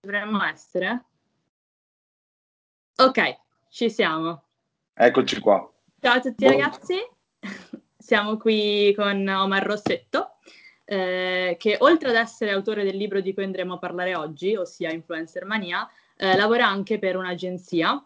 Dovremmo essere? Ok, ci siamo. Eccoci qua. Ciao a tutti ragazzi, siamo qui con Omar Rossetto, che oltre ad essere autore del libro di cui andremo a parlare oggi, ossia Influencer Mania, lavora anche per un'agenzia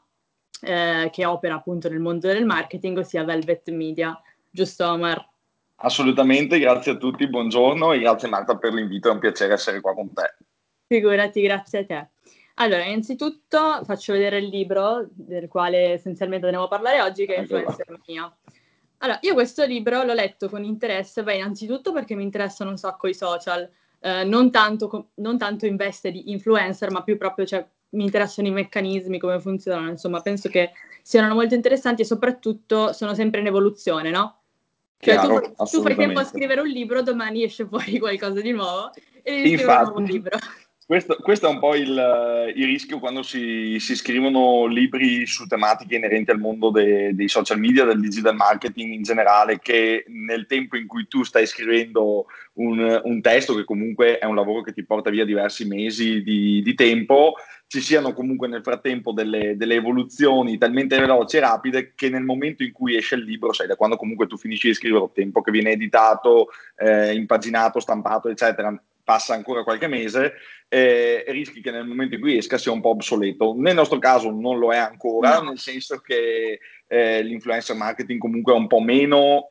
che opera appunto nel mondo del marketing, ossia Velvet Media. Giusto Omar? Assolutamente, grazie a tutti, buongiorno e grazie Marta per l'invito, è un piacere essere qua con te. Figurati, grazie a te. Allora, innanzitutto faccio vedere il libro del quale essenzialmente dobbiamo parlare oggi, che è Ecco qua. Influencer Mania. Allora, io questo libro l'ho letto con interesse, innanzitutto perché mi interessano un sacco i social, non tanto in veste di influencer, ma più proprio, cioè, mi interessano i meccanismi, come funzionano, insomma, penso che siano molto interessanti e soprattutto sono sempre in evoluzione, no? Cioè, Chiaro, tu fai tempo a assolutamente. scrivere un libro, domani esce fuori qualcosa di nuovo e devi scrivere un nuovo Infatti, libro. questo è un po' il rischio quando si scrivono libri su tematiche inerenti al mondo dei social media, del digital marketing in generale, che nel tempo in cui tu stai scrivendo un testo, che comunque è un lavoro che ti porta via diversi mesi di tempo, ci siano comunque nel frattempo delle evoluzioni talmente veloci e rapide che nel momento in cui esce il libro, sai, da quando comunque tu finisci di scrivere, il tempo che viene editato, impaginato, stampato, eccetera, passa ancora qualche mese e rischi che nel momento in cui esca sia un po' obsoleto. Nel nostro caso non lo è ancora, No. nel senso che l'influencer marketing comunque è un po' meno,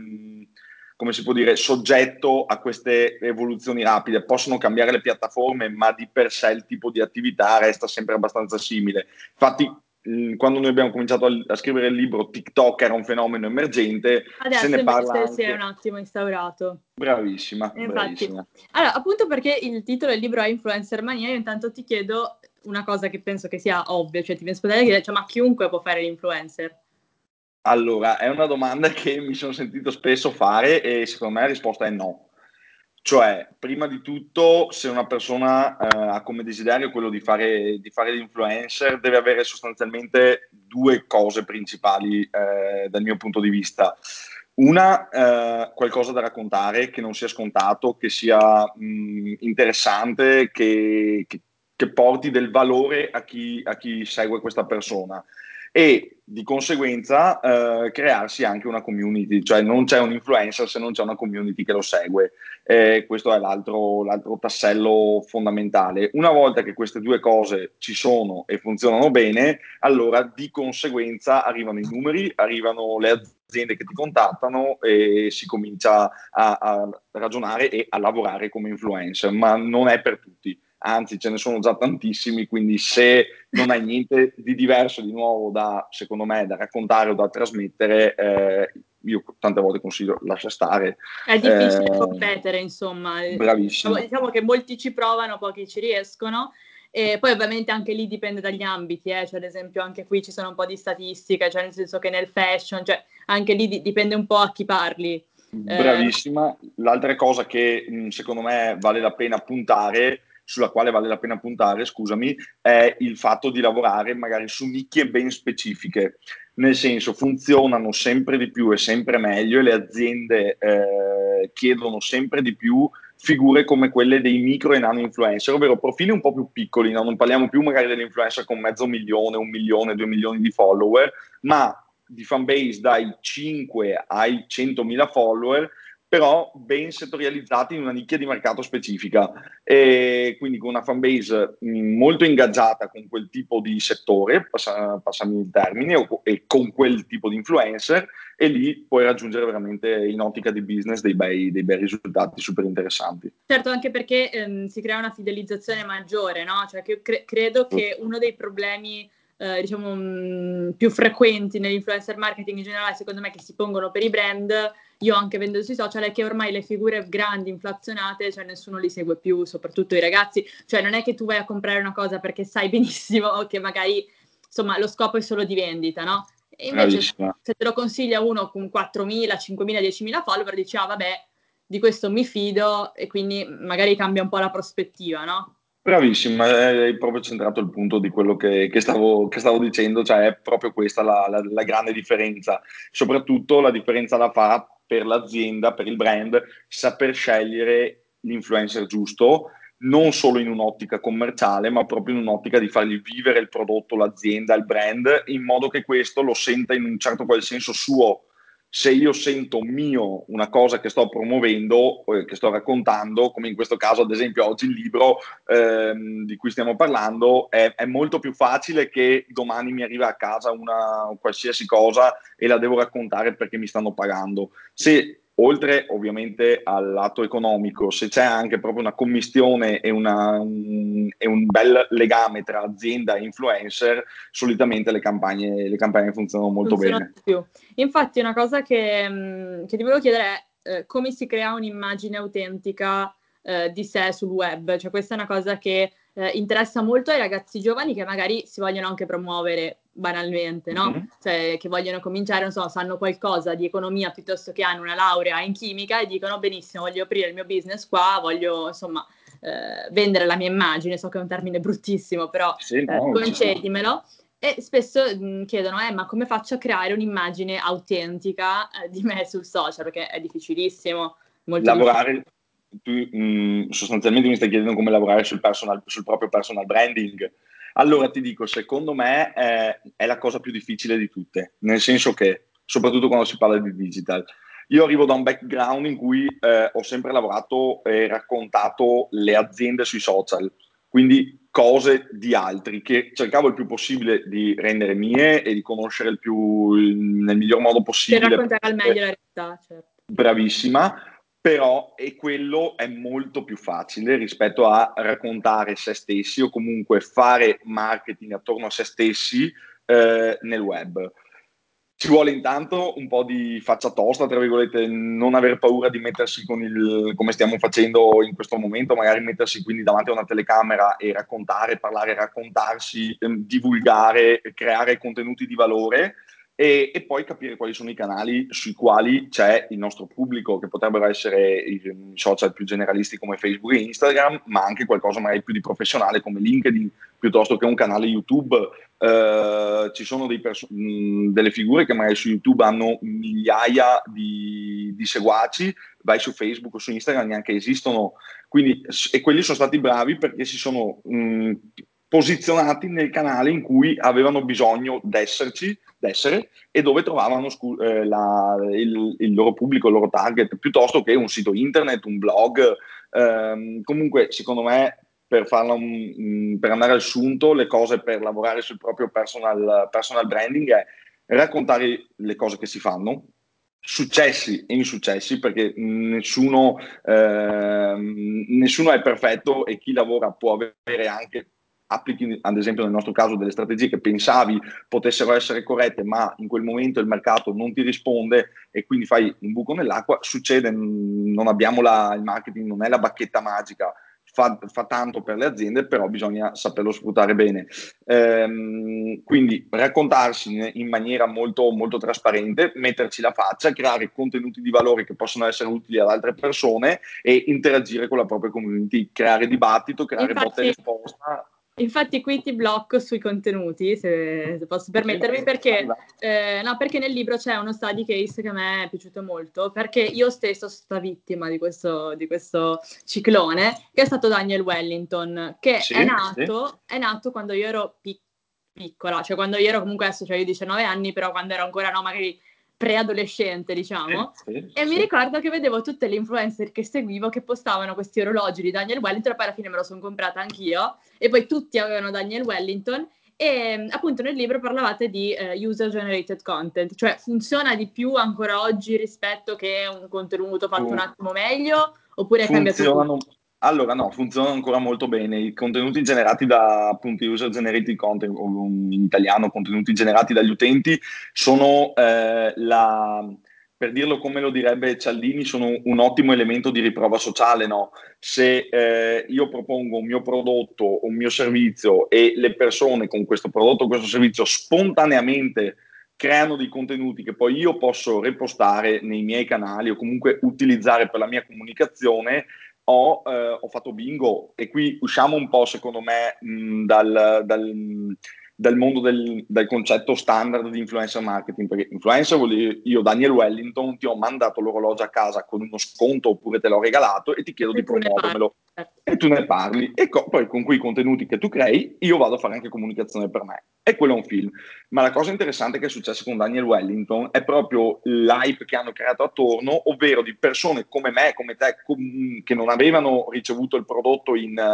come si può dire, soggetto a queste evoluzioni rapide. Possono cambiare le piattaforme, ma di per sé il tipo di attività resta sempre abbastanza simile. Infatti, quando noi abbiamo cominciato a scrivere il libro, TikTok era un fenomeno emergente, se Adesso ne parla invece si è un anche. attimo instaurato. Bravissima, Infatti, bravissima. allora, appunto perché il titolo del libro è Influencer Mania, io intanto ti chiedo una cosa che penso che sia ovvia, cioè ti viene spontaneo di dire, cioè, ma chiunque può fare l'influencer? Allora, è una domanda che mi sono sentito spesso fare e secondo me la risposta è no. Cioè, prima di tutto, se una persona ha come desiderio quello di fare l'influencer, deve avere sostanzialmente due cose principali dal mio punto di vista. Una, qualcosa da raccontare che non sia scontato, che sia interessante, che porti del valore a chi segue questa persona e di conseguenza crearsi anche una community, cioè non c'è un influencer se non c'è una community che lo segue. Questo è l'altro tassello fondamentale. Una volta che queste due cose ci sono e funzionano bene, allora di conseguenza arrivano i numeri, arrivano le aziende che ti contattano e si comincia a ragionare e a lavorare come influencer, ma non è per tutti. Anzi, ce ne sono già tantissimi, quindi se non hai niente di diverso, di nuovo secondo me, da raccontare o da trasmettere, io tante volte consiglio lascia stare. È Eh, difficile competere, insomma. bravissima. Diciamo che molti ci provano, pochi ci riescono. E poi ovviamente anche lì dipende dagli ambiti, cioè ad esempio anche qui ci sono un po' di statistiche, cioè nel senso che nel fashion, cioè anche lì dipende un po' a chi parli. Eh, Bravissima. L'altra cosa che secondo me vale la pena puntare, sulla quale vale la pena puntare, scusami, è il fatto di lavorare magari su nicchie ben specifiche. Nel senso, funzionano sempre di più e sempre meglio e le aziende chiedono sempre di più figure come quelle dei micro e nano influencer, ovvero profili un po' più piccoli, no? Non parliamo più magari dell'influencer con 500.000, 1 milione, 2 milioni di follower, ma di fanbase dai 5 ai 100.000 follower, però ben settorializzati in una nicchia di mercato specifica e quindi con una fanbase molto ingaggiata con quel tipo di settore, passami il termine, e con quel tipo di influencer e lì puoi raggiungere veramente in ottica di business dei bei risultati super interessanti. Certo, anche perché si crea una fidelizzazione maggiore, no? Cioè che io credo che uno dei problemi, diciamo, più frequenti nell'influencer marketing in generale, secondo me, che si pongono per i brand, io anche vendo sui social, è che ormai le figure grandi, inflazionate, cioè nessuno li segue più, soprattutto i ragazzi. Cioè non è che tu vai a comprare una cosa perché sai benissimo che magari, insomma, lo scopo è solo di vendita, no? E invece Bravissima. se te lo consiglia uno con 4.000, 5.000, 10.000 follower, dici, ah vabbè, di questo mi fido e quindi magari cambia un po' la prospettiva, no? Bravissima, hai proprio centrato il punto di quello che stavo dicendo, cioè è proprio questa la grande differenza. Soprattutto la differenza la fa per l'azienda, per il brand, saper scegliere l'influencer giusto, non solo in un'ottica commerciale, ma proprio in un'ottica di fargli vivere il prodotto, l'azienda, il brand, in modo che questo lo senta in un certo qual senso suo. Se io sento mio una cosa che sto promuovendo, che sto raccontando, come in questo caso ad esempio oggi il libro di cui stiamo parlando, è molto più facile che domani mi arriva a casa una qualsiasi cosa e la devo raccontare perché mi stanno pagando. Se oltre ovviamente al lato economico, se c'è anche proprio una commistione e un bel legame tra azienda e influencer, solitamente le campagne funzionano molto Funziona bene. di più. Infatti una cosa che ti volevo chiedere è come si crea un'immagine autentica di sé sul web. Cioè questa è una cosa che interessa molto ai ragazzi giovani che magari si vogliono anche promuovere banalmente, no? Mm-hmm. Cioè che vogliono cominciare, non so, sanno qualcosa di economia piuttosto che hanno una laurea in chimica e dicono benissimo, voglio aprire il mio business qua, voglio insomma vendere la mia immagine, so che è un termine bruttissimo, però Sì, no, concedimelo. E spesso chiedono, ma come faccio a creare un'immagine autentica di me sul social? Perché è difficilissimo, molto lavorare, tu sostanzialmente mi stai chiedendo come lavorare sul proprio personal branding. Allora ti dico, secondo me è la cosa più difficile di tutte, nel senso che, soprattutto quando si parla di digital, io arrivo da un background in cui ho sempre lavorato e raccontato le aziende sui social, quindi cose di altri, che cercavo il più possibile di rendere mie e di conoscere nel miglior modo per possibile. raccontare al meglio la realtà, certo. Bravissima, però e quello è molto più facile rispetto a raccontare se stessi o comunque fare marketing attorno a se stessi nel web. Ci vuole intanto un po' di faccia tosta, tra virgolette, non aver paura di mettersi come stiamo facendo in questo momento, magari mettersi quindi davanti a una telecamera e raccontare, parlare, raccontarsi, divulgare, creare contenuti di valore e poi capire quali sono i canali sui quali c'è il nostro pubblico, che potrebbero essere i social più generalisti come Facebook e Instagram, ma anche qualcosa magari più di professionale come LinkedIn, piuttosto che un canale YouTube. Ci sono delle figure che magari su YouTube hanno migliaia di seguaci, vai su Facebook o su Instagram neanche esistono. Quindi, e quelli sono stati bravi perché si sono posizionati nel canale in cui avevano bisogno d'essere e dove trovavano il loro pubblico, il loro target, piuttosto che un sito internet, un blog. Comunque, secondo me, per andare al sunto, le cose per lavorare sul proprio personal branding è raccontare le cose che si fanno, successi e insuccessi, perché nessuno è perfetto e chi lavora può avere anche, applichi ad esempio nel nostro caso delle strategie che pensavi potessero essere corrette, ma in quel momento il mercato non ti risponde e quindi fai un buco nell'acqua. Succede, non abbiamo il marketing, non è la bacchetta magica. Fa tanto per le aziende, però bisogna saperlo sfruttare bene. Quindi raccontarsi in maniera molto, molto trasparente, metterci la faccia, creare contenuti di valore che possono essere utili ad altre persone e interagire con la propria community, creare dibattito, creare botta e Infatti, risposta. infatti qui ti blocco sui contenuti, se posso permettermi, perché, no, perché nel libro c'è uno study case che a me è piaciuto molto, perché io stesso sono stata vittima di questo ciclone, che è stato Daniel Wellington, che Sì, è nato quando io ero piccola, cioè quando io ero comunque adesso, cioè io ho 19 anni, però quando ero ancora, no, magari preadolescente, diciamo. E mi ricordo che vedevo tutte le influencer che seguivo che postavano questi orologi di Daniel Wellington, e poi alla fine me lo sono comprata anch'io, e poi tutti avevano Daniel Wellington. E appunto nel libro parlavate di user generated content, cioè funziona di più ancora oggi rispetto che un contenuto fatto un attimo meglio, oppure è cambiato tutto? funzionano. Allora, no, funzionano ancora molto bene. I contenuti generati da appunto user generated content, o in italiano contenuti generati dagli utenti, sono per dirlo come lo direbbe Cialdini, sono un ottimo elemento di riprova sociale, no? Se io propongo un mio prodotto o un mio servizio e le persone con questo prodotto o questo servizio spontaneamente creano dei contenuti che poi io posso repostare nei miei canali o comunque utilizzare per la mia comunicazione, ho fatto bingo. E qui usciamo un po', secondo me, dal mondo del concetto standard di influencer marketing, perché influencer vuol dire io, Daniel Wellington, ti ho mandato l'orologio a casa con uno sconto oppure te l'ho regalato e ti chiedo E di tu ne parli. promuovermelo. E tu ne parli e poi con quei contenuti che tu crei io vado a fare anche comunicazione per me, e quello è un film. Ma la cosa interessante che è successa con Daniel Wellington è proprio l'hype che hanno creato attorno, ovvero di persone come me, come te, che non avevano ricevuto il prodotto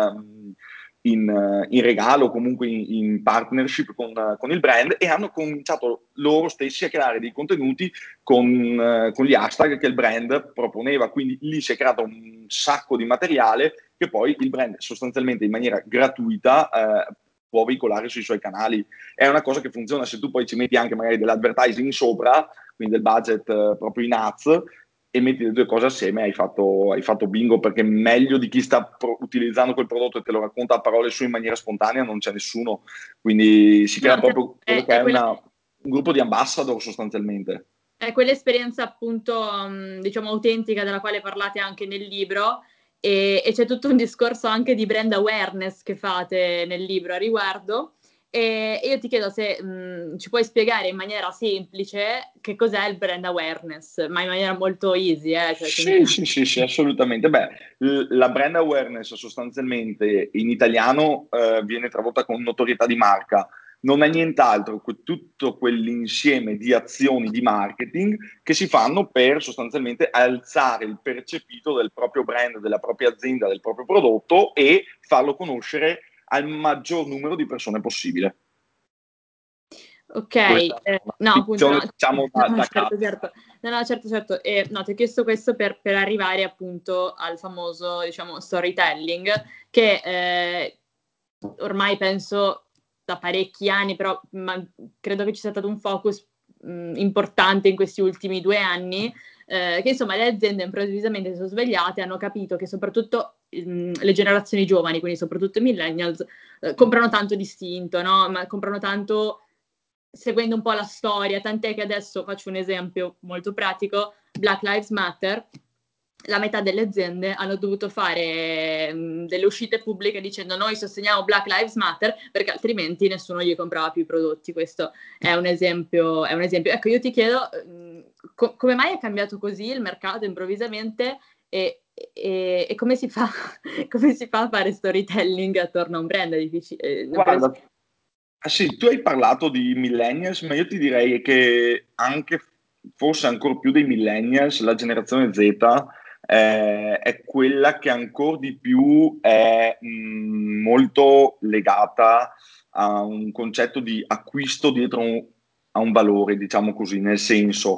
in regalo o comunque in partnership con il brand, e hanno cominciato loro stessi a creare dei contenuti con gli hashtag che il brand proponeva. Quindi lì si è creato un sacco di materiale che poi il brand sostanzialmente in maniera gratuita può veicolare sui suoi canali. È una cosa che funziona se tu poi ci metti anche magari dell'advertising sopra, quindi del budget proprio in ads, e metti le due cose assieme, hai fatto bingo, perché meglio di chi sta utilizzando quel prodotto e te lo racconta a parole su in maniera spontanea non c'è nessuno. Quindi si crea No, proprio quello che è è quella un gruppo di ambassador sostanzialmente. È quell'esperienza appunto, diciamo, autentica della quale parlate anche nel libro, e c'è tutto un discorso anche di brand awareness che fate nel libro a riguardo. E io ti chiedo se ci puoi spiegare in maniera semplice che cos'è il brand awareness, ma in maniera molto easy, cioè Sì, senza... sì, sì, sì, assolutamente. Beh, la brand awareness sostanzialmente in italiano viene tradotta con notorietà di marca. Non è nient'altro che tutto quell'insieme di azioni di marketing che si fanno per sostanzialmente alzare il percepito del proprio brand, della propria azienda, del proprio prodotto, e farlo conoscere al maggior numero di persone possibile. Ok, Questa è una no, appunto, no, definizione, diciamo, no, da certo, capo. certo, no, no, certo, certo, no, ti ho chiesto questo per arrivare appunto al famoso, diciamo, storytelling, che ormai penso da parecchi anni, però credo che ci sia stato un focus importante in questi ultimi 2 anni, che insomma le aziende improvvisamente si sono svegliate, hanno capito che soprattutto le generazioni giovani, quindi soprattutto i millennials, comprano tanto distinto, no? Ma comprano tanto seguendo un po' la storia, tant'è che adesso faccio un esempio molto pratico: Black Lives Matter, la metà delle aziende hanno dovuto fare delle uscite pubbliche dicendo noi sosteniamo Black Lives Matter, perché altrimenti nessuno gli comprava più i prodotti. Questo è un esempio, è un esempio. Ecco, io ti chiedo come mai è cambiato così il mercato improvvisamente, e come si fa, come si fa a fare storytelling attorno a un brand? È difficile, non credo sia... Guarda, sì, tu hai parlato di millennials, ma io ti direi che anche forse ancora più dei millennials, la generazione Z è quella che ancora di più è molto legata a un concetto di acquisto dietro a un valore, diciamo così, nel senso,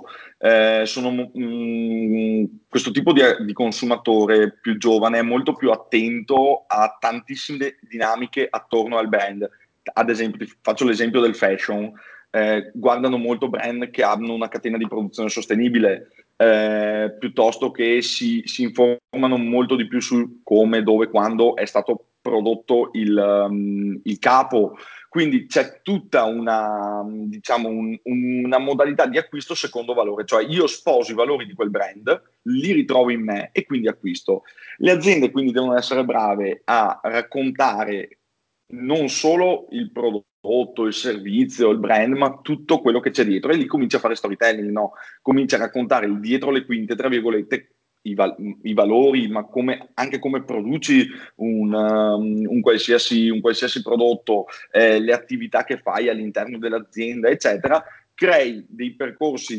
questo tipo di consumatore più giovane è molto più attento a tantissime dinamiche attorno al brand. Ad esempio, ti faccio l'esempio del fashion. Guardano molto brand che hanno una catena di produzione sostenibile, piuttosto che si informano molto di più su come, dove, quando è stato prodotto il capo. Quindi c'è tutta diciamo, una modalità di acquisto secondo valore, cioè io sposo i valori di quel brand, li ritrovo in me e quindi acquisto. Le aziende quindi devono essere brave a raccontare non solo il prodotto, il servizio, il brand, ma tutto quello che c'è dietro. E lì comincia a fare storytelling, no? Comincia a raccontare il dietro le quinte, tra virgolette, i valori, ma anche come produci un qualsiasi prodotto, le attività che fai all'interno dell'azienda, eccetera. Crei dei percorsi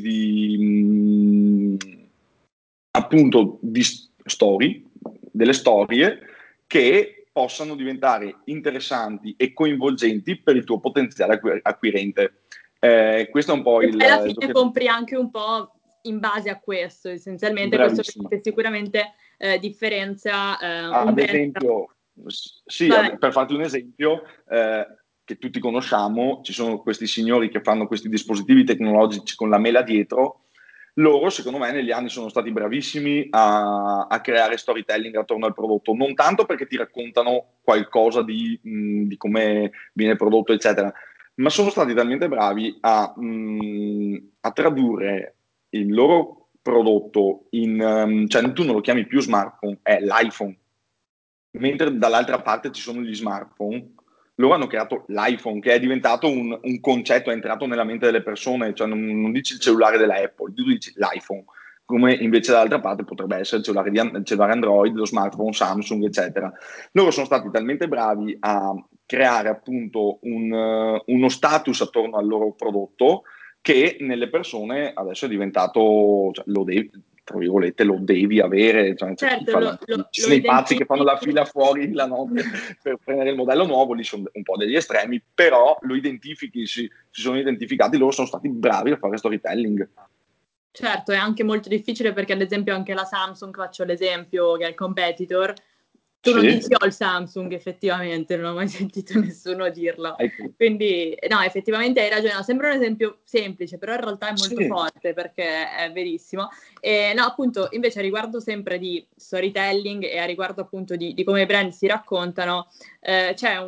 appunto di delle storie che possano diventare interessanti e coinvolgenti per il tuo potenziale acquirente. Questo è un po' E poi alla il fine compri anche un po' in base a questo, essenzialmente. Questo bravissimo. sicuramente differenzia un Ad brand. esempio, sì, Vabbè, per farti un esempio, che tutti conosciamo, ci sono questi signori che fanno questi dispositivi tecnologici con la mela dietro. Loro, secondo me, negli anni sono stati bravissimi a creare storytelling attorno al prodotto, non tanto perché ti raccontano qualcosa di come viene prodotto, eccetera, ma sono stati talmente bravi a tradurre il loro prodotto cioè tu non lo chiami più smartphone, è l'iPhone, mentre dall'altra parte ci sono gli smartphone. loro hanno creato l'iPhone, che è diventato un concetto, è entrato nella mente delle persone, cioè non dici il cellulare della Apple, tu dici l'iPhone, come invece dall'altra parte potrebbe essere il cellulare Android, lo smartphone Samsung, eccetera. Loro sono stati talmente bravi a creare appunto uno status attorno al loro prodotto che nelle persone adesso è diventato, cioè, tra virgolette, lo devi avere, cioè, c'è chi Certo, fa ci sono i pazzi che fanno la fila fuori la notte per prendere il modello nuovo, lì sono un po' degli estremi, però lo identifichi, si sono identificati, loro sono stati bravi a fare storytelling. Certo, è anche molto difficile perché ad esempio anche la Samsung, faccio l'esempio che è il competitor, tu non dici ho il Samsung effettivamente, non ho mai sentito nessuno dirlo. Quindi no, effettivamente hai ragione, sembra un esempio semplice, però in realtà è molto forte perché è verissimo. E no, appunto, invece a riguardo sempre di storytelling e a riguardo appunto di come i brand si raccontano, c'è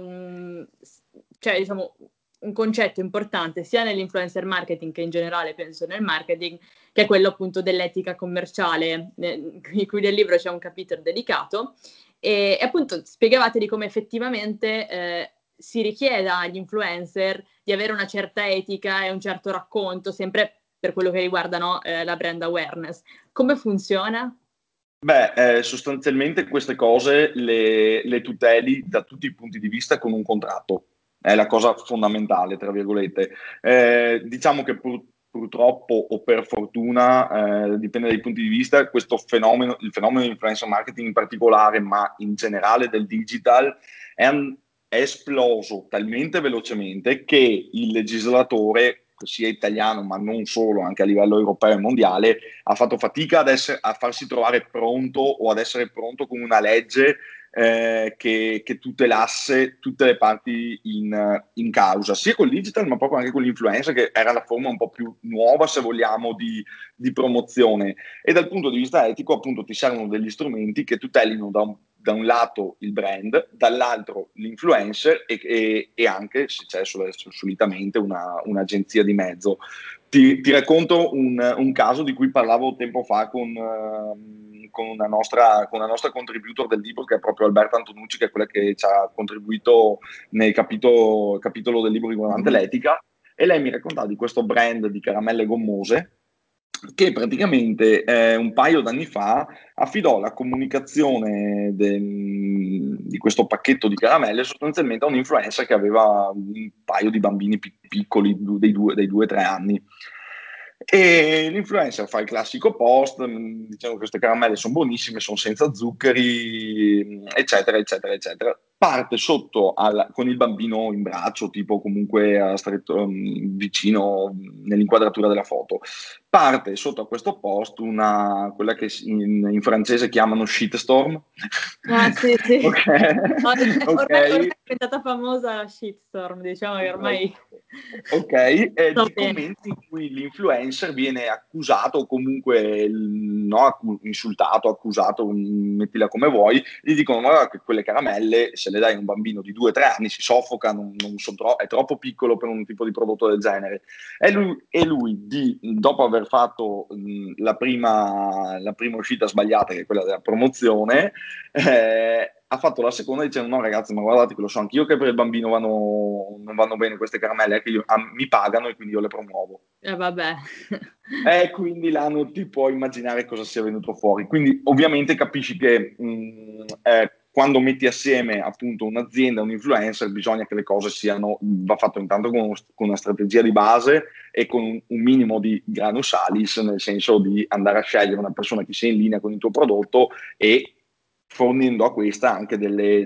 diciamo un concetto importante sia nell'influencer marketing che in generale penso nel marketing, che è quello appunto dell'etica commerciale, in cui nel libro c'è un capitolo dedicato, e appunto spiegavate di come effettivamente si richieda agli influencer di avere una certa etica e un certo racconto, sempre per quello che riguarda la brand awareness. Come funziona? Beh, sostanzialmente queste cose le tuteli da tutti i punti di vista con un contratto. È la cosa fondamentale, tra virgolette. Diciamo che purtroppo o per fortuna, dipende dai punti di vista, questo fenomeno, il fenomeno di influencer marketing in particolare, ma in generale del digital, è esploso talmente velocemente che il legislatore, sia italiano ma non solo, anche a livello europeo e mondiale, ha fatto fatica a farsi trovare pronto o ad essere pronto con una legge che tutelasse tutte le parti in causa, sia col digital ma proprio anche con l'influencer, che era la forma un po' più nuova, se vogliamo, di promozione. E dal punto di vista etico, appunto, ti servono degli strumenti che tutelino da un lato il brand, dall'altro l'influencer e anche se c'è solitamente un'agenzia di mezzo. Ti racconto un caso di cui parlavo tempo fa con una nostra contributor del libro, che è proprio Alberta Antonucci, che è quella che ci ha contribuito nel capitolo del libro riguardante l'etica, e lei mi raccontava di questo brand di caramelle gommose che praticamente un paio d'anni fa affidò la comunicazione di questo pacchetto di caramelle sostanzialmente a un influencer che aveva un paio di bambini piccoli dei 2-3 anni. E l'influencer fa il classico post, diciamo che queste caramelle sono buonissime, sono senza zuccheri, eccetera, eccetera, eccetera. Parte sotto con il bambino in braccio, tipo comunque vicino nell'inquadratura della foto. Parte sotto a questo post quella che in francese chiamano shitstorm. Ah, sì, sì. Ok. Ormai è diventata famosa la shitstorm, diciamo che ormai... Ok, di bene. commenti in cui l'influencer viene accusato o comunque insultato, accusato, mettila come vuoi, gli dicono guarda che quelle caramelle se le dai a un bambino di 2-3 anni si soffoca, è troppo piccolo per un tipo di prodotto del genere. E lui dopo aver fatto la prima uscita sbagliata, che è quella della promozione, ha fatto la seconda dicendo no ragazzi, ma guardate che lo so anch'io che per il bambino non vanno bene queste caramelle, che mi pagano e quindi io le promuovo. Vabbè. E quindi là non ti puoi immaginare cosa sia venuto fuori. Quindi ovviamente capisci che quando metti assieme appunto un'azienda, un influencer, bisogna che le cose va fatto intanto con una strategia di base e con un minimo di granus salis, nel senso di andare a scegliere una persona che sia in linea con il tuo prodotto e fornendo a questa anche delle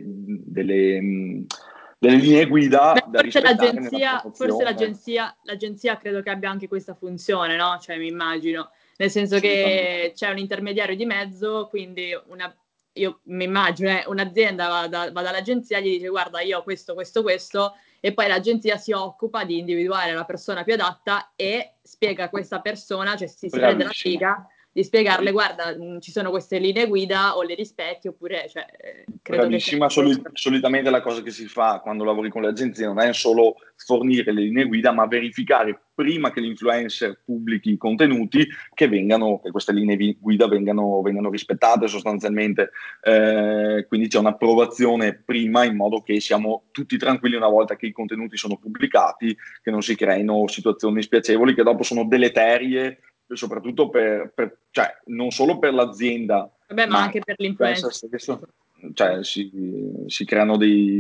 linee guida da rispettare nella Forse promozione. l'agenzia credo che abbia anche questa funzione, no? Cioè mi immagino, nel senso che c'è un intermediario di mezzo, quindi io mi immagino un'azienda va dall'agenzia e gli dice guarda io ho questo, questo, questo, e poi l'agenzia si occupa di individuare la persona più adatta e spiega a questa persona, cioè si prende la Bravissima. figa di spiegarle, guarda, ci sono queste linee guida, o le rispetti oppure, cioè, credo che sia Bravissima, questo. solitamente la cosa che si fa quando lavori con le agenzie non è solo fornire le linee guida, ma verificare prima che l'influencer pubblichi i contenuti che queste linee guida vengano rispettate sostanzialmente. Quindi c'è un'approvazione prima in modo che siamo tutti tranquilli una volta che i contenuti sono pubblicati, che non si creino situazioni spiacevoli che dopo sono deleterie, soprattutto cioè, non solo per l'azienda, Vabbè, ma ma anche per pensa l'influencer. stesso, cioè si creano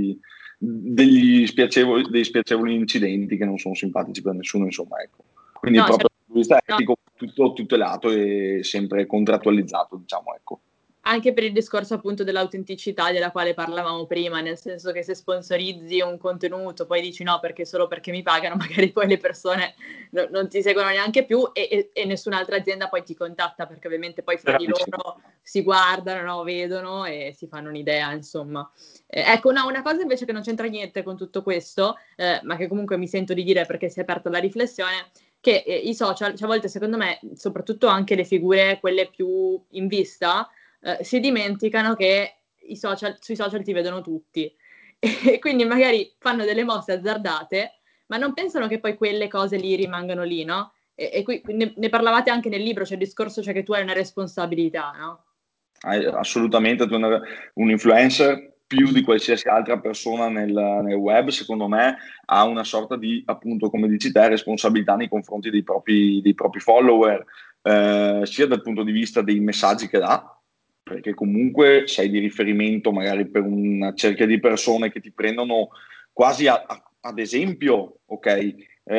dei spiacevoli incidenti che non sono simpatici per nessuno, insomma, ecco. Quindi No, cioè, proprio dal punto di vista no, etico tutto tutelato e sempre contrattualizzato, diciamo, ecco. anche per il discorso appunto dell'autenticità della quale parlavamo prima, nel senso che se sponsorizzi un contenuto, poi dici no perché solo perché mi pagano, magari poi le persone non ti seguono neanche più e nessun'altra azienda poi ti contatta, perché ovviamente poi fra di Bravissimo. loro si guardano, no? Vedono e si fanno un'idea, insomma. Ecco, no, una cosa invece che non c'entra niente con tutto questo, ma che comunque mi sento di dire perché si è aperta la riflessione, che i social, cioè a volte secondo me, soprattutto anche le figure, quelle più in vista, si dimenticano che sui social ti vedono tutti e quindi magari fanno delle mosse azzardate, ma non pensano che poi quelle cose lì rimangano lì, no? E qui ne parlavate anche nel libro, c'è il discorso cioè che tu hai una responsabilità, no? Assolutamente, un influencer più di qualsiasi altra persona nel web, secondo me, ha una sorta di, appunto, come dici te, responsabilità nei confronti dei propri follower, sia dal punto di vista dei messaggi che dà, perché comunque sei di riferimento magari per una cerchia di persone che ti prendono quasi ad esempio, ok?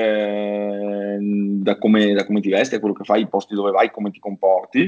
Da come ti vesti, a quello che fai, i posti dove vai, come ti comporti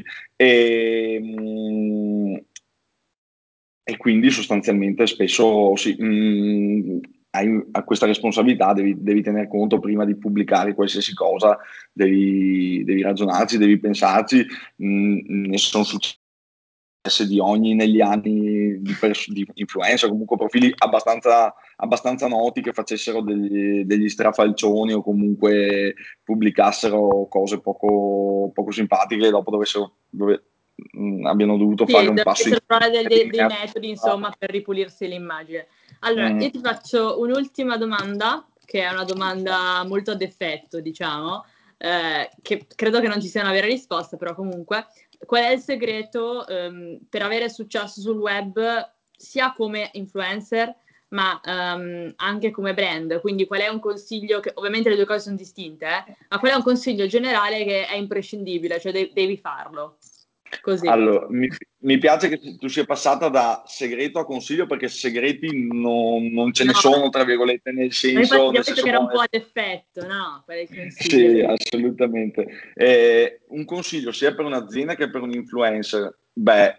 e quindi sostanzialmente spesso sì, hai questa responsabilità, devi tener conto prima di pubblicare qualsiasi cosa, devi ragionarci, devi pensarci. Ne sono successe di ogni negli anni di influencer, comunque profili abbastanza noti che facessero degli strafalcioni o comunque pubblicassero cose poco simpatiche e dopo abbiano dovuto Sì, fare un passo dovete trovare dei indietro. metodi, insomma, per ripulirsi l'immagine. Allora, Mm. io ti faccio un'ultima domanda, che è una domanda molto ad effetto, diciamo, che credo che non ci sia una vera risposta, però comunque, qual è il segreto per avere successo sul web, sia come influencer, ma anche come brand? Quindi qual è un consiglio, che ovviamente le due cose sono distinte, ma qual è un consiglio generale che è imprescindibile, cioè devi farlo? Così. Allora, mi piace che tu sia passata da segreto a consiglio perché segreti non ce ne No, sono, tra virgolette, nel ma infatti senso, abbiamo nel detto senso che era un buono. po' ad effetto, no? Qual è il consiglio? Sì, assolutamente. Un consiglio sia per un'azienda che per un influencer. Beh,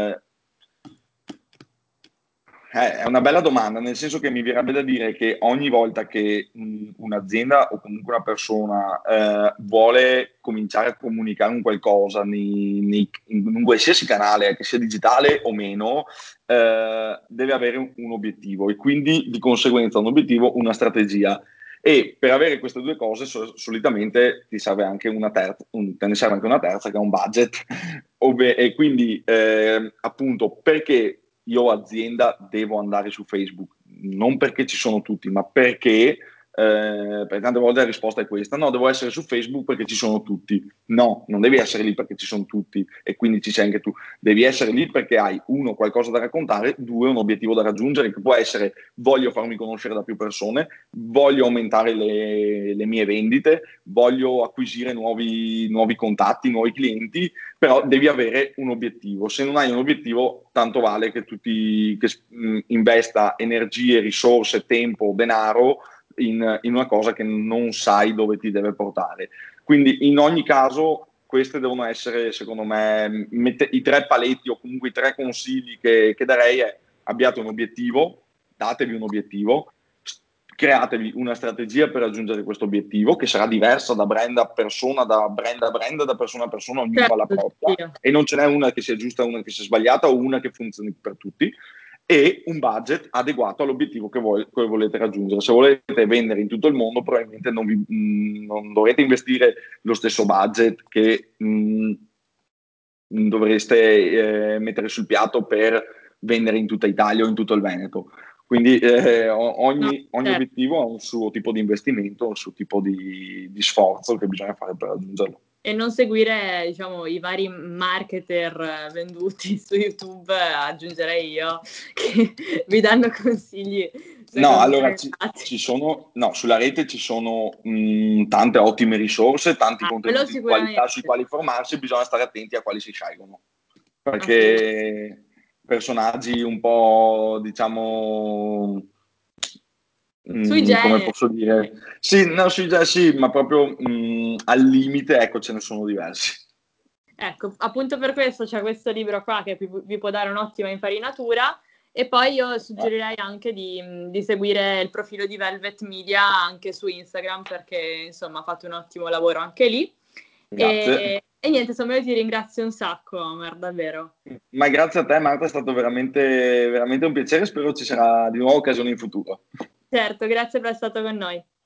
è una bella domanda, nel senso che mi verrebbe da dire che ogni volta che un'azienda o comunque una persona vuole cominciare a comunicare un qualcosa in un qualsiasi canale, che sia digitale o meno, deve avere un obiettivo e quindi di conseguenza un obiettivo, una strategia. E per avere queste due cose solitamente ti serve anche una terza, te ne serve anche una terza che è un budget. E quindi appunto perché io azienda devo andare su Facebook, non perché ci sono tutti, ma perché tante volte la risposta è questa: no, devo essere su Facebook perché ci sono tutti. No, non devi essere lì perché ci sono tutti e quindi ci sei anche tu. Devi essere lì perché hai, uno, qualcosa da raccontare, due, un obiettivo da raggiungere, che può essere: voglio farmi conoscere da più persone, voglio aumentare le mie vendite, voglio acquisire nuovi contatti, nuovi clienti, però devi avere un obiettivo. Se non hai un obiettivo, tanto vale che investa energie, risorse, tempo, denaro in una cosa che non sai dove ti deve portare. Quindi in ogni caso queste devono essere, secondo me, i tre paletti o comunque i tre consigli che darei è: abbiate un obiettivo, datevi un obiettivo, createvi una strategia per raggiungere questo obiettivo, che sarà diversa da brand a persona, da brand a brand, da persona a persona, ognuno ha la Certo, propria, Dio. e non ce n'è una che sia giusta, una che sia sbagliata o una che funzioni per tutti, e un budget adeguato all'obiettivo che volete raggiungere. Se volete vendere in tutto il mondo, probabilmente non dovrete investire lo stesso budget dovreste mettere sul piatto per vendere in tutta Italia o in tutto il Veneto. Quindi No, ogni certo. obiettivo ha un suo tipo di investimento, un suo tipo di sforzo che bisogna fare per raggiungerlo. E non seguire, diciamo, i vari marketer venduti su YouTube, aggiungerei io, che vi danno consigli, No, secondo allora me, errati. no, sulla rete ci sono tante ottime risorse, tanti Ah, quello contenuti di qualità sui sicuramente, quali formarsi, bisogna stare attenti a quali si scelgono, assolutamente. perché personaggi un po', diciamo, Sui come generi. posso dire, sì, no, sì, ma proprio al limite, ecco, ce ne sono diversi. Ecco, appunto per questo c'è questo libro qua che vi può dare un'ottima infarinatura e poi io suggerirei anche di seguire il profilo di Velvet Media anche su Instagram perché insomma fate un ottimo lavoro anche lì. Grazie. E niente, insomma io ti ringrazio un sacco, Omer, davvero. Ma grazie a te, Marta, è stato veramente, veramente un piacere, spero ci sarà di nuovo occasione in futuro. Certo, grazie per essere stato con noi.